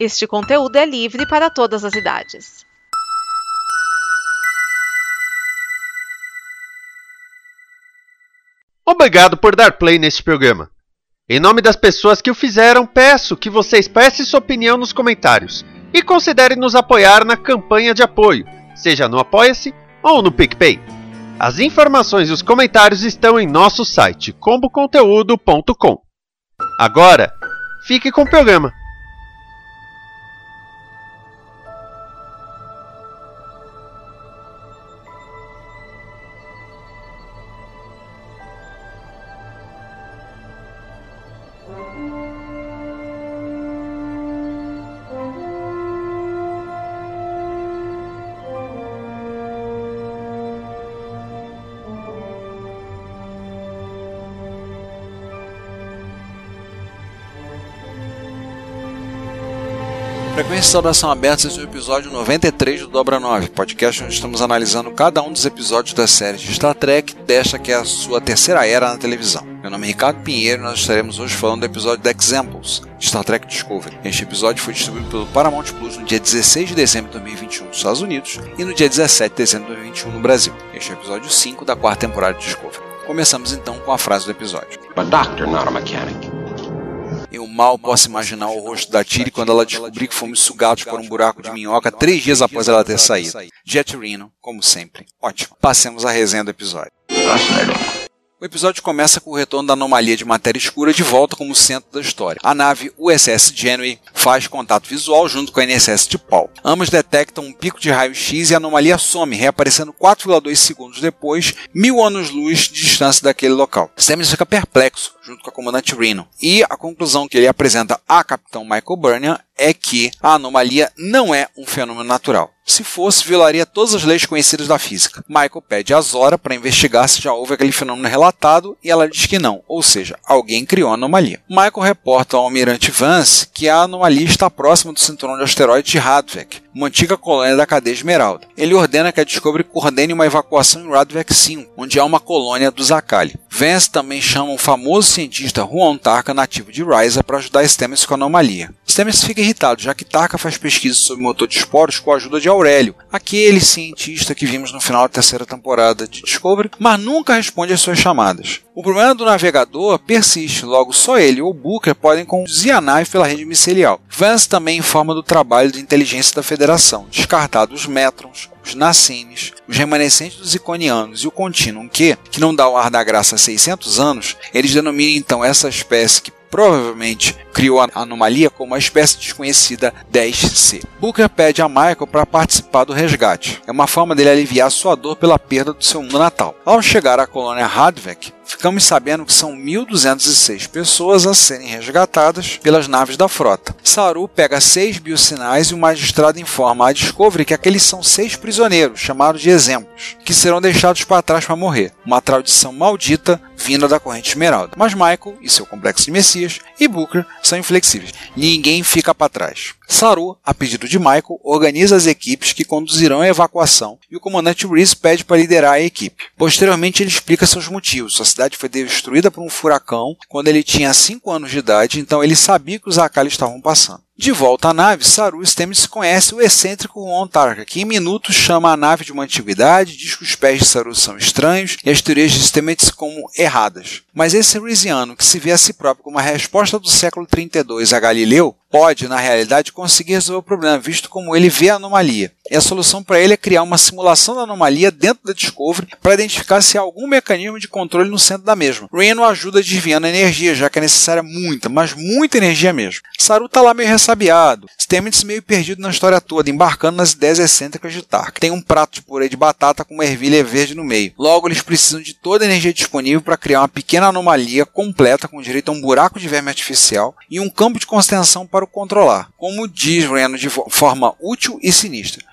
Este conteúdo é livre para todas as idades. Obrigado por dar play neste programa. Em nome das pessoas que o fizeram, peço que você expresse sua opinião nos comentários e considere nos apoiar na campanha de apoio, seja no Apoia-se ou no PicPay. As informações e os comentários estão em nosso site, comboconteúdo.com. Agora, fique com o programa. Frequência e saudação abertas, esse é o episódio 93 do Dobra 9, podcast onde estamos analisando cada um dos episódios da série de Star Trek, desta que é a sua terceira era na televisão. Meu nome é Ricardo Pinheiro e nós estaremos hoje falando do episódio The Examples, de Star Trek Discovery. Este episódio foi distribuído pelo Paramount Plus no dia 16 de dezembro de 2021 nos Estados Unidos e no dia 17 de dezembro de 2021 no Brasil. Este é o episódio 5 da quarta temporada de Discovery. Começamos então com a frase do episódio. A doctor, not a mechanic. Eu mal posso imaginar o rosto da Tilly quando ela descobrir que fomos sugados por um buraco de minhoca 3 dias após ela ter saído. Jet Reno, como sempre. Ótimo. Passemos à resenha do episódio. O episódio começa com o retorno da anomalia de matéria escura de volta como centro da história. A nave USS Janeway faz contato visual junto com a INSS de Paul. Ambos detectam um pico de raio-x e a anomalia some, reaparecendo 4,2 segundos depois, 1000 anos-luz de distância daquele local. Stamets fica perplexo, junto com a comandante Reno, e a conclusão que ele apresenta a capitão Michael Burnham é que a anomalia não é um fenômeno natural. Se fosse, violaria todas as leis conhecidas da física. Michael pede a Zora para investigar se já houve aquele fenômeno relatado e ela diz que não, ou seja, alguém criou a anomalia. Michael reporta ao almirante Vance que a anomalia está próxima do cinturão de asteroides de Radvek, uma antiga colônia da cadeia Esmeralda. Ele ordena que a Discovery coordene uma evacuação em Radvek 5, onde há uma colônia dos Akali. Vance também chama o famoso cientista Huon Tarka, nativo de Risa, para ajudar Stamets com a anomalia. Stamets fica irritado, já que Tarka faz pesquisas sobre motor de esporos com a ajuda de Aurélio, aquele cientista que vimos no final da terceira temporada de Discovery, mas nunca responde às suas chamadas. O problema do navegador persiste, logo só ele ou Booker podem conduzir a nave pela rede micelial. Vance também informa do trabalho de inteligência da Federação, descartados os Metrons, os Nassines, os remanescentes dos Iconianos e o Continuum que não dá o ar da graça há 600 anos, eles denominam então essa espécie que provavelmente criou a anomalia como a espécie desconhecida 10C. Booker pede a Michael para participar do resgate. É uma forma dele aliviar sua dor pela perda do seu mundo natal. Ao chegar à colônia Radvek, ficamos sabendo que são 1.206 pessoas a serem resgatadas pelas naves da frota. Saru pega 6 biosinais e o magistrado informa a Discovery que aqueles são 6 prisioneiros, chamados de exemplos, que serão deixados para trás para morrer. Uma tradição maldita vinda da corrente Esmeralda. Mas Michael e seu complexo de Messias e Booker são inflexíveis. Ninguém fica para trás. Saru, a pedido de Michael, organiza as equipes que conduzirão a evacuação e o comandante Reese pede para liderar a equipe. Posteriormente ele explica seus motivos. Sua cidade foi destruída por um furacão quando ele tinha 5 anos de idade, então ele sabia que os Akali estavam passando. De volta à nave, Saru e Stamets conhece o excêntrico Huon Tarka, que em minutos chama a nave de uma antiguidade, diz que os pés de Saru são estranhos e as teorias de Stamets como erradas. Mas esse Reesiano, que se vê a si próprio como a resposta do século 32 a Galileu, pode, na realidade, conseguir resolver o problema, visto como ele vê a anomalia. E a solução para ele é criar uma simulação da anomalia dentro da Discovery para identificar se há algum mecanismo de controle no centro da mesma. Reno ajuda desviando a energia, já que é necessária muita, mas muita energia mesmo. Saru está lá meio ressabiado, Stamets meio perdido na história toda, embarcando nas ideias excêntricas de Tark. Tem um prato de purê de batata com uma ervilha verde no meio. Logo, eles precisam de toda a energia disponível para criar uma pequena anomalia completa com direito a um buraco de verme artificial e um campo de contenção para o controlar, como diz Reno de forma útil e sinistra.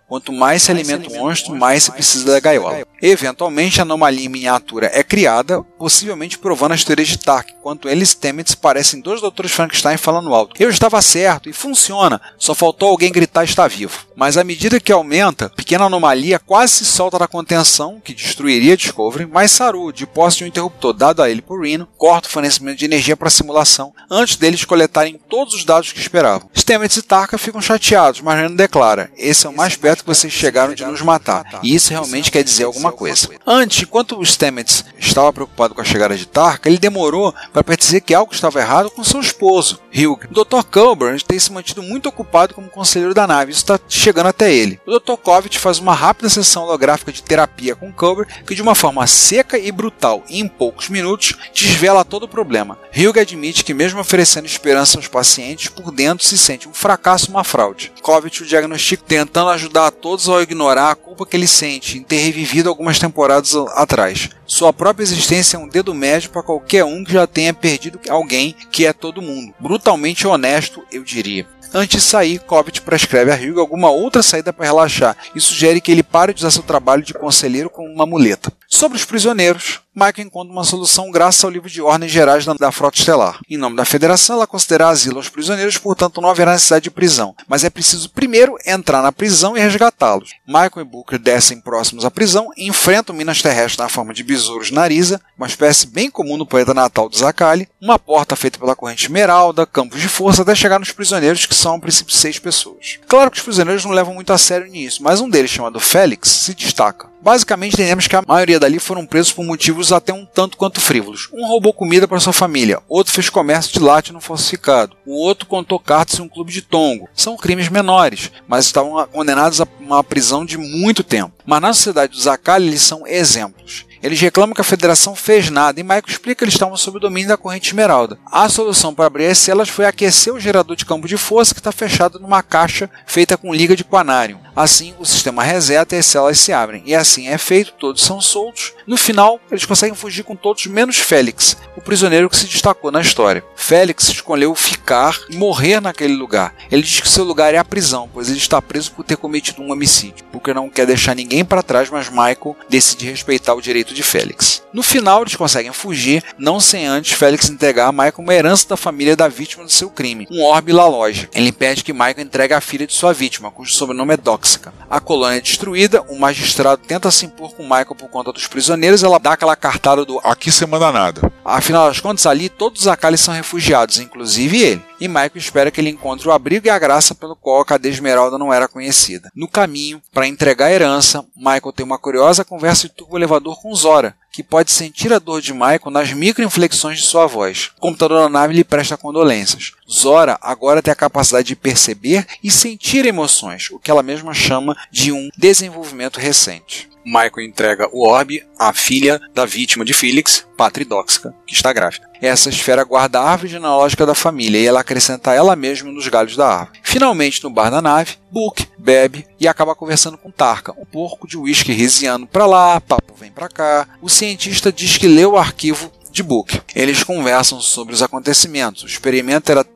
Quanto mais se alimenta o monstro, mais se precisa da gaiola. Eventualmente, a anomalia em miniatura é criada, possivelmente provando as teorias de Tark, enquanto ele e Stamets parecem dois doutores Frankenstein falando alto. Eu estava certo, e funciona, só faltou alguém gritar está vivo. Mas à medida que aumenta, a pequena anomalia quase se solta da contenção, que destruiria a Discovery, mas Saru, de posse de um interruptor dado a ele por Rhino, corta o fornecimento de energia para a simulação, antes deles coletarem todos os dados que esperavam. Stamets e Tarka ficam chateados, mas Rhino declara: esse é o mais perto que vocês chegaram de nos matar, e isso realmente quer dizer alguma coisa. Antes, enquanto o Stamets estava preocupado com a chegada de Tarka, ele demorou para perceber que algo estava errado com seu esposo, Hugh. O Dr. Culber tem se mantido muito ocupado como conselheiro da nave, isso está chegando até ele. O Dr. Kovic faz uma rápida sessão holográfica de terapia com Culber, que de uma forma seca e brutal, e em poucos minutos, desvela todo o problema. Hugh admite que mesmo oferecendo esperança aos pacientes, por dentro se sente um fracasso e uma fraude. Kovic o diagnostica tentando ajudar a todos a ignorar a culpa que ele sente em ter revivido algumas temporadas atrás. Sua própria existência é um dedo médio para qualquer um que já tenha perdido alguém, que é todo mundo. Brutalmente honesto, eu diria. Antes de sair, Kovic prescreve a Hugh alguma outra saída para relaxar e sugere que ele pare de usar seu trabalho de conselheiro como uma muleta. Sobre os prisioneiros, Michael encontra uma solução graças ao livro de ordens gerais da Frota Estelar. Em nome da Federação, ela considera asilo aos prisioneiros, portanto não haverá necessidade de prisão, mas é preciso primeiro entrar na prisão e resgatá-los. Michael e Booker descem próximos à prisão e enfrentam minas terrestres na forma de besouros nariza, uma espécie bem comum no planeta natal do Zakali, uma porta feita pela corrente esmeralda, campos de força, até chegar nos prisioneiros, que são a princípio 6 pessoas. Claro que os prisioneiros não levam muito a sério nisso, mas um deles, chamado Félix, se destaca. Basicamente, entendemos que a maioria dali foram presos por motivos até um tanto quanto frívolos. Um roubou comida para sua família, outro fez comércio de látino falsificado, o outro contou cartas em um clube de tongo. São crimes menores, mas estavam condenados a uma prisão de muito tempo. Mas na sociedade do Zakali, eles são exemplos. Eles reclamam que a Federação fez nada e Michael explica que eles estavam sob o domínio da corrente esmeralda. A solução para abrir as celas foi aquecer o gerador de campo de força, que está fechado numa caixa feita com liga de Quanarium. Assim, o sistema reseta e as celas se abrem. E assim é feito, todos são soltos. No final, eles conseguem fugir com todos menos Félix, o prisioneiro que se destacou na história. Félix escolheu ficar e morrer naquele lugar. Ele diz que seu lugar é a prisão, pois ele está preso por ter cometido um homicídio. Porque não quer deixar ninguém para trás, mas Michael decide respeitar o direito de Félix. No final, eles conseguem fugir, não sem antes Félix entregar a Michael uma herança da família da vítima do seu crime, um orbe La Loja. Ele impede que Michael entregue a filha de sua vítima, cujo sobrenome é Doxica. A colônia é destruída, o magistrado tenta se impor com Michael por conta dos prisioneiros, ela dá aquela cartada do "aqui você manda nada". Afinal das contas, ali todos os Zakali são refugiados, inclusive ele. E Michael espera que ele encontre o abrigo e a graça pelo qual a cadeia esmeralda não era conhecida. No caminho, para entregar a herança, Michael tem uma curiosa conversa de turbo-elevador com Zora, que pode sentir a dor de Michael nas microinflexões de sua voz. O computador da nave lhe presta condolências. Zora agora tem a capacidade de perceber e sentir emoções, o que ela mesma chama de um desenvolvimento recente. Michael entrega o orbe à filha da vítima de Felix, Patridóxica, que está grávida. Essa esfera guarda a árvore genealógica da família e ela acrescenta ela mesma nos galhos da árvore. Finalmente, no bar da nave, Book bebe e acaba conversando com Tarka, um porco de uísque riziano pra lá, papo vem pra cá. O cientista diz que leu o arquivo de Book. Eles conversam sobre os acontecimentos. O experimento era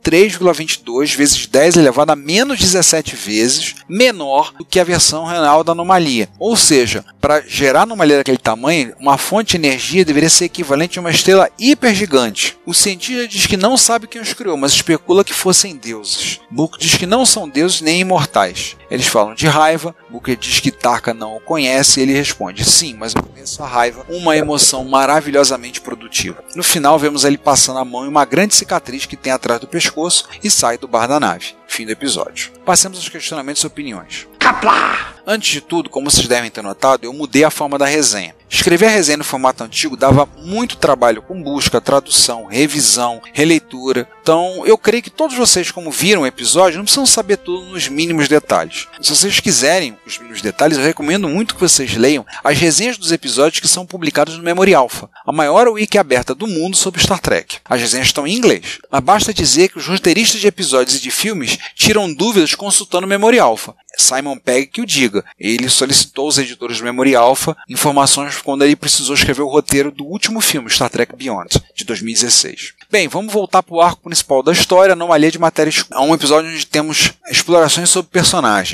3,22 vezes 10 elevado a menos 17 vezes menor do que a versão real da anomalia. Ou seja, para gerar anomalia daquele tamanho, uma fonte de energia deveria ser equivalente a uma estrela hipergigante. O cientista diz que não sabe quem os criou, mas especula que fossem deuses. Book diz que não são deuses nem imortais. Eles falam de raiva. Booker diz que Tarka não o conhece e ele responde: sim, mas eu conheço a raiva, uma emoção maravilhosamente produtiva. No final, vemos ele passando a mão em uma grande cicatriz que tem atrás do pescoço e sai do bar da nave. Fim do episódio. Passemos aos questionamentos e opiniões. Caplá! Antes de tudo, como vocês devem ter notado, eu mudei a forma da resenha. Escrever a resenha no formato antigo dava muito trabalho com busca, tradução, revisão, releitura. Então, eu creio que todos vocês, como viram o episódio, não precisam saber tudo nos mínimos detalhes. Se vocês quiserem os mínimos detalhes, eu recomendo muito que vocês leiam as resenhas dos episódios que são publicados no Memory Alpha, a maior wiki aberta do mundo sobre Star Trek. As resenhas estão em inglês, mas basta dizer que os roteiristas de episódios e de filmes tiram dúvidas consultando o Memory Alpha. Simon Pegg que o diga. Ele solicitou aos editores do Memory Alpha informações quando ele precisou escrever o roteiro do último filme, Star Trek Beyond, de 2016. Bem, vamos voltar para o arco principal da história, Anomalia de Matéria Escura. É um episódio onde temos explorações sobre personagens.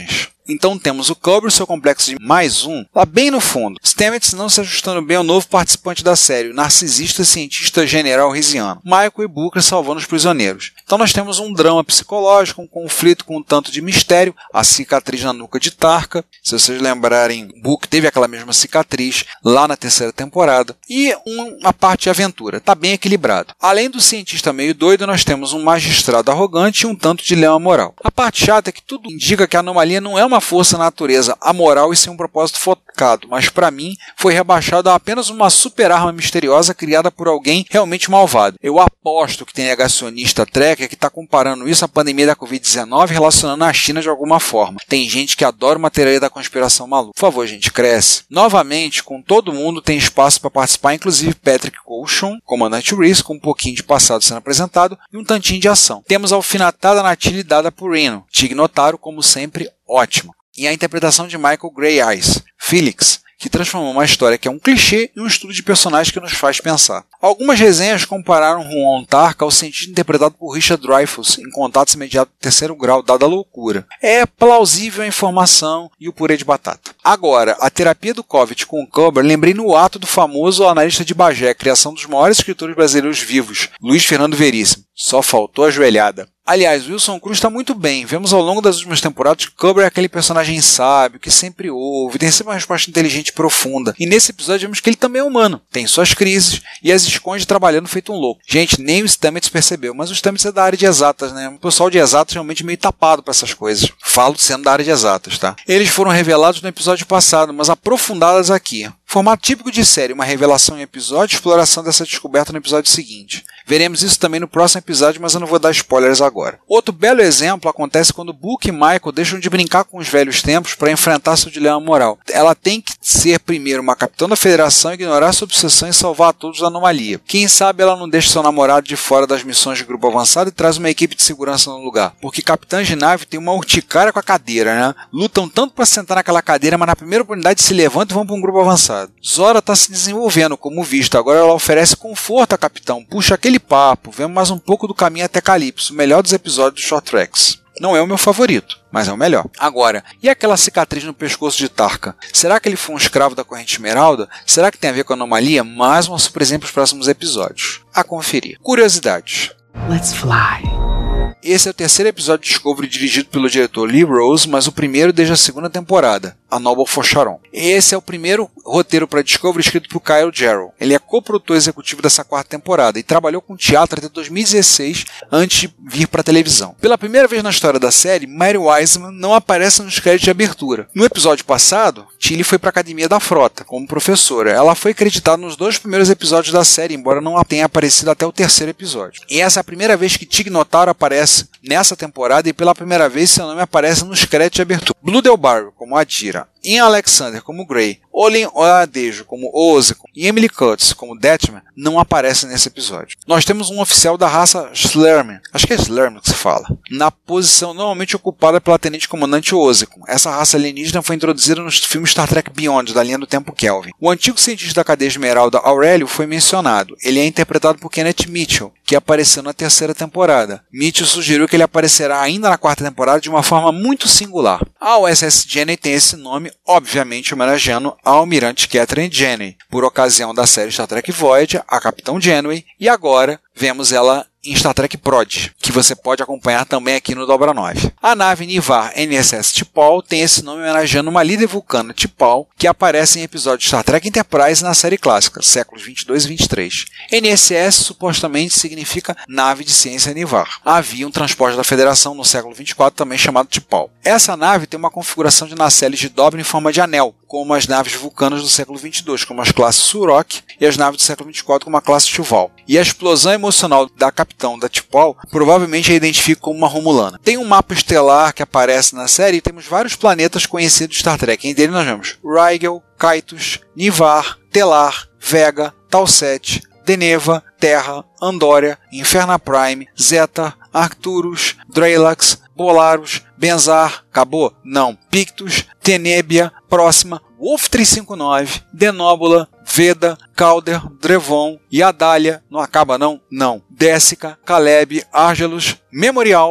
Então temos o Culber e seu complexo de mais um lá bem no fundo. Stamets não se ajustando bem ao novo participante da série, o narcisista cientista general Riziano. Michael e Booker salvando os prisioneiros. Então nós temos um drama psicológico, um conflito com um tanto de mistério, a cicatriz na nuca de Tarka. Se vocês lembrarem, Booker teve aquela mesma cicatriz lá na terceira temporada. E uma parte de aventura. Tá bem equilibrado. Além do cientista meio doido, nós temos um magistrado arrogante e um tanto de dilema moral. A parte chata é que tudo indica que a anomalia não é uma força na natureza amoral e sim um propósito focado, mas para mim foi rebaixado a apenas uma super arma misteriosa criada por alguém realmente malvado. Eu aposto que tem negacionista tracker que está comparando isso à pandemia da Covid-19 relacionando a China de alguma forma. Tem gente que adora uma teoria da conspiração maluca. Por favor, gente, cresce. Novamente, com todo mundo tem espaço para participar, inclusive Patrick Coulson, comandante Reese, com um pouquinho de passado sendo apresentado e um tantinho de ação. Temos a alfinetada na Tilly dada por Reno. Tig Notaro, como sempre, ótimo. E a interpretação de Michael Grey Eyes, Felix, que transformou uma história que é um clichê em um estudo de personagem que nos faz pensar. Algumas resenhas compararam Huon Tarka ao cientista interpretado por Richard Dreyfuss em Contatos Imediatos do Terceiro Grau, dada a loucura. É plausível a informação e o purê de batata. Agora, a terapia do Covid com o Culber lembrei no ato do famoso analista de Bagé, criação dos maiores escritores brasileiros vivos, Luiz Fernando Veríssimo. Só faltou a joelhada. Aliás, Wilson Cruz está muito bem. Vemos ao longo das últimas temporadas que Culber é aquele personagem sábio, que sempre ouve, tem sempre uma resposta inteligente e profunda. E nesse episódio vemos que ele também é humano, tem suas crises e as esconde trabalhando feito um louco. Gente, nem o Stamets percebeu, mas o Stamets é da área de exatas, né? O pessoal de exatas realmente meio tapado para essas coisas. Falo sendo da área de exatas, tá? Eles foram revelados no episódio passado, mas aprofundadas aqui. Formato típico de série, uma revelação em episódio e exploração dessa descoberta no episódio seguinte. Veremos isso também no próximo episódio, mas eu não vou dar spoilers agora. Outro belo exemplo acontece quando Book e Michael deixam de brincar com os velhos tempos para enfrentar seu dilema moral. Ela tem que ser primeiro uma capitã da federação, ignorar sua obsessão e salvar a todos da anomalia. Quem sabe ela não deixa seu namorado de fora das missões de grupo avançado e traz uma equipe de segurança no lugar. Porque capitães de nave tem uma urticária com a cadeira, né? Lutam tanto para sentar naquela cadeira, mas na primeira oportunidade se levantam e vão para um grupo avançado. Zora está se desenvolvendo, como visto. Agora ela oferece conforto a capitão, puxa aquele papo, vemos mais um pouco do caminho até Calypso, o melhor dos episódios do Short Tracks. Não é o meu favorito, mas é o melhor. Agora, e aquela cicatriz no pescoço de Tarka? Será que ele foi um escravo da corrente esmeralda? Será que tem a ver com a anomalia? Mais uma surpresa para os próximos episódios. A conferir. Curiosidades. Let's fly. Esse é o terceiro episódio de Discovery dirigido pelo diretor Lee Rose, mas o primeiro desde a segunda temporada, A Noble for Sharon. Esse é o primeiro roteiro para Discovery escrito por Kyle Jarrell. Ele é coprodutor executivo dessa quarta temporada e trabalhou com teatro até 2016 antes de vir para a televisão. Pela primeira vez na história da série, Mary Wiseman não aparece nos créditos de abertura. No episódio passado, Tilly foi para a Academia da Frota como professora. Ela foi creditada nos 2 primeiros episódios da série, embora não tenha aparecido até o terceiro episódio. E essa é a primeira vez que Tig Notaro aparece nessa temporada e pela primeira vez seu nome aparece nos créditos de abertura. Blue Del Barrio como Adira, Ian Alexander como Grey, Olin Oladejo como Ozeko e Emily Curtis como Detmer não aparecem nesse episódio. Nós temos um oficial da raça Slurman, acho que é Slurman que se fala, na posição normalmente ocupada pela tenente comandante Ozeko. Essa raça alienígena foi introduzida nos filmes Star Trek Beyond, da linha do tempo Kelvin. O antigo cientista da cadeia Esmeralda, Aurélio, foi mencionado. Ele é interpretado por Kenneth Mitchell, que apareceu na terceira temporada. Mitchell sugeriu que ele aparecerá ainda na quarta temporada de uma forma muito singular. A USS Jenny tem esse nome, obviamente homenageando a almirante Catherine Janeway, por ocasião da série Star Trek Voyager, a Capitão Janeway, e agora vemos ela em Star Trek Prod, que você pode acompanhar também aqui no Dobra 9. A nave Nivar NSS T'Pol tem esse nome homenageando uma líder vulcana T'Pol que aparece em episódios de Star Trek Enterprise na série clássica, séculos 22 e 23. NSS supostamente significa Nave de Ciência Nivar. Havia um transporte da Federação no século 24 também chamado T'Pol. Essa nave tem uma configuração de nacelles de dobra em forma de anel, como as naves vulcanas do século 22, como as classes Surok, e as naves do século 24, como a classe Tuval. E a explosão emocional da capitão da T'Pol provavelmente a identifica como uma Romulana. Tem um mapa estelar que aparece na série e temos vários planetas conhecidos de Star Trek. Entre eles nós vemos Rigel, Kaitos, Nivar, Telar, Vega, Talset, Deneva, Terra, Andória, Inferna Prime, Zeta, Arcturus, Dreylax, Polaris, Benzar, acabou? Não. Pictus, Tenebia, Próxima, Wolf 359, Denóbula, Veda, Calder, Drevon, Yadalia, não acaba não? Não. Décica, Caleb, Argelus, Memory Alpha,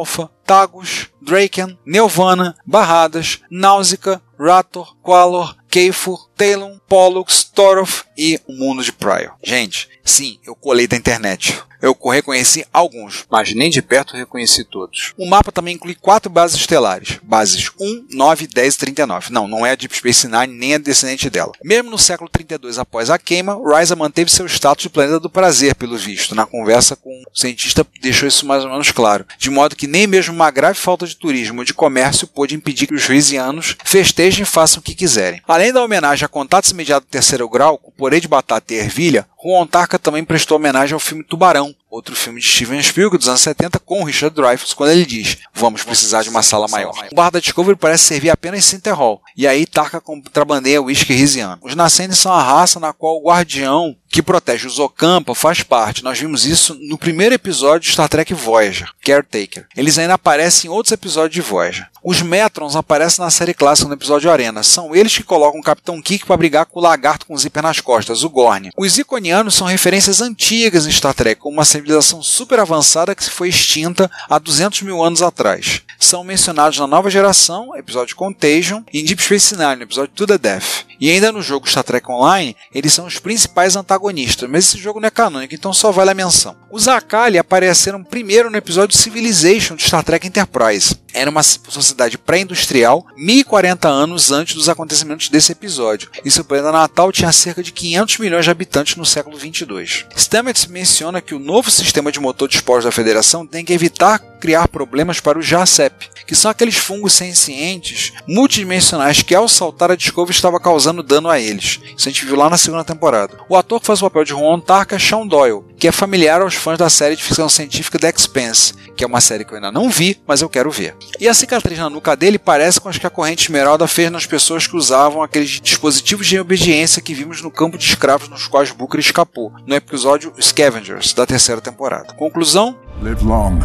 Tagus, Draken, Nelvana, Barradas, Náusica, Rator, Qualor, Keifor, Talon, Pollux, Toroth e o mundo de Prior. Gente, sim, eu colei da internet. Eu reconheci alguns, mas nem de perto reconheci todos. O mapa também inclui 4 bases estelares. Bases 1, 9, 10 e 39. Não é a Deep Space Nine nem a descendente dela. Mesmo no século 32 após a queima, Risa manteve seu status de planeta do prazer, pelo visto. Na conversa com o cientista deixou isso mais ou menos claro. De modo que nem mesmo uma grave falta de turismo ou de comércio pôde impedir que os risianos festejem e façam o que quiserem. Além da homenagem a contatos imediatos do terceiro grau, com purê de batata e ervilha, Ron Tarka também prestou homenagem ao filme Tubarão, outro filme de Steven Spielberg dos anos 70 com Richard Dreyfuss, quando ele diz: vamos precisar de uma sala maior. O bar da Discovery parece servir apenas Center Hall, e aí Tarka contrabandeia o whisky risiano. Os nascentes são a raça na qual o guardião que protege os Ocampa faz parte. Nós vimos isso no primeiro episódio de Star Trek Voyager, Caretaker. Eles ainda aparecem em outros episódios de Voyager. Os Metrons aparecem na série clássica no episódio Arena. São eles que colocam o Capitão Kirk para brigar com o lagarto com zíper nas costas, o Gorn. Os Iconianos são referências antigas em Star Trek, como uma civilização super avançada que se foi extinta há 200 mil anos atrás. São mencionados na Nova Geração, episódio Contagion, e em Deep Space Nine, episódio To The Death. E ainda no jogo Star Trek Online, eles são os principais antagonistas, mas esse jogo não é canônico, então só vale a menção. Os Akali apareceram primeiro no episódio Civilization de Star Trek Enterprise. Era uma sociedade pré-industrial 1040 anos antes dos acontecimentos desse episódio, e seu planeta natal tinha cerca de 500 milhões de habitantes no século 22. Stamets menciona que o novo sistema de motor de esporos da Federação tem que evitar criar problemas para os JASEP, que são aqueles fungos sencientes multidimensionais que ao saltar a Discovery estava causando dano a eles. Isso a gente viu lá na segunda temporada. O ator que faz o papel de Ron Tarka é Sean Doyle, que é familiar aos fãs da série de ficção científica The Expanse, que é uma série que eu ainda não vi, mas eu quero ver. E a cicatriz na nuca dele parece com as que a corrente Esmeralda fez nas pessoas que usavam aqueles dispositivos de obediência que vimos no campo de escravos nos quais Booker escapou, no episódio Scavengers, da terceira temporada. Conclusão? Live long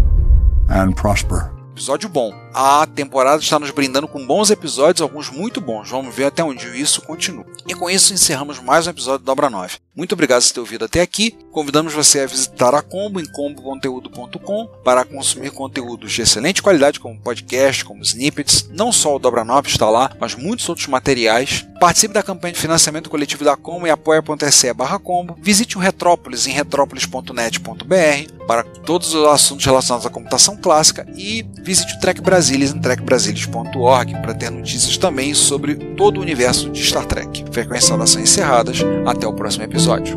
and prosper. Episódio bom. A temporada está nos brindando com bons episódios, alguns muito bons. Vamos ver até onde isso continua. E com isso encerramos mais um episódio do Dobra 9. Muito obrigado por ter ouvido até aqui. Convidamos você a visitar a Combo em comboconteúdo.com para consumir conteúdos de excelente qualidade, como podcast, como snippets. Não só o Dobra 9 está lá, mas muitos outros materiais. Participe da campanha de financiamento coletivo da Combo em apoia.se/combo. Visite o Retrópolis em retrópolis.net.br para todos os assuntos relacionados à computação clássica e visite o Trek Brasilis em trekbrasilis.org para ter notícias também sobre todo o universo de Star Trek. Frequências e saudações encerradas. Até o próximo episódio.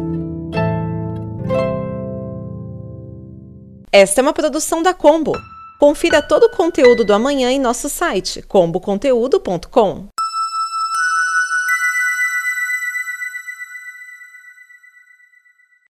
Esta é uma produção da Combo. Confira todo o conteúdo do amanhã em nosso site comboconteúdo.com.